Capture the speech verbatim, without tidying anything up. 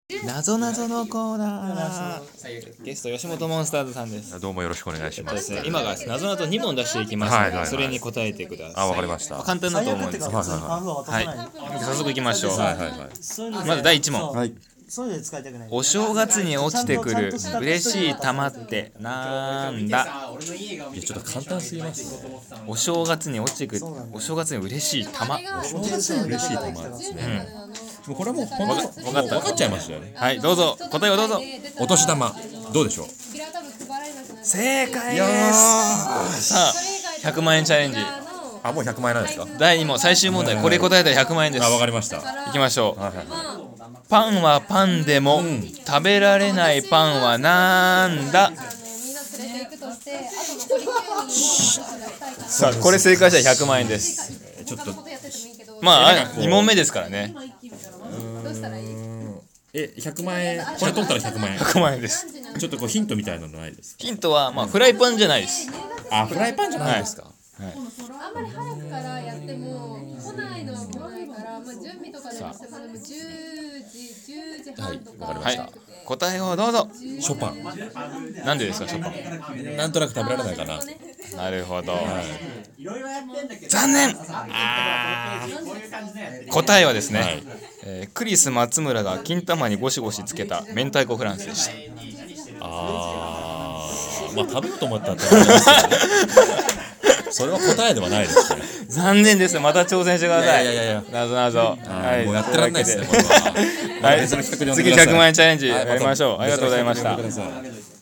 なぞなぞのコーナー。ゲスト吉本モンスターズさんです。 どうもよろしくお願いします。 えっとですね、今がなぞなぞに問出していきますので、はいはいはい、それに答えてください。 あ、わかりました。 簡単だと思うんですけど、はいはいはい、早速いきましょう。はいはいはい、まずだいいち問、はい、お正月に落ちてくる嬉しい玉ってなんだ。 いやちょっと簡単すぎますね。 お正月に落ちてくるお正月に嬉しい玉。 お正月に嬉しい玉ですね。うん、もうこれはもう本当分かった分かっちゃいましたよね。 はい、どうぞ答えをどうぞ。 お年玉どうでしょう。 正解です。さあひゃくまんえんチャレンジ。 あ、もうひゃくまんえんなんですか。 だいに問最終問題、これ答えたらひゃくまんえんです。 あ、わかりました。 いきましょう。はいはいはい、パンはパンでも、うん、食べられないパンはなんだ。さあこれ正解したらひゃくまんえんです。 ちょっとまあに問目ですからね。 え、ひゃくまんえん、これ取ったらひゃくまんえん。 ひゃくまんえんです。 ちょっとこうヒントみたいなのないですか。 ヒントはまあフライパンじゃないです。 あ、フライパンじゃないですか。 はい、あんまり早くからやっても来ないのは来ないから、まあ、準備とかでもしてもでもじゅうじ、じゅうじはんとか。 わかりました。はい、 答えをどうぞ。 ショパン。 なんでですかショパン。なんとなく食べられないかな。 なるほど。はい、残念。あ答えはですね、はい、えー、クリス松村が金玉にゴシゴシつけた明太子フランスでした。 あー、まあ食べようと思ったら食べれますけどね。それは答えではないですね。 残念です。また挑戦してください。 いやいやいや、 なぞなぞ。 はい、もうやってらんないですね。これは。 はい、次ひゃくまんえんチャレンジやりましょう。ありがとうございました。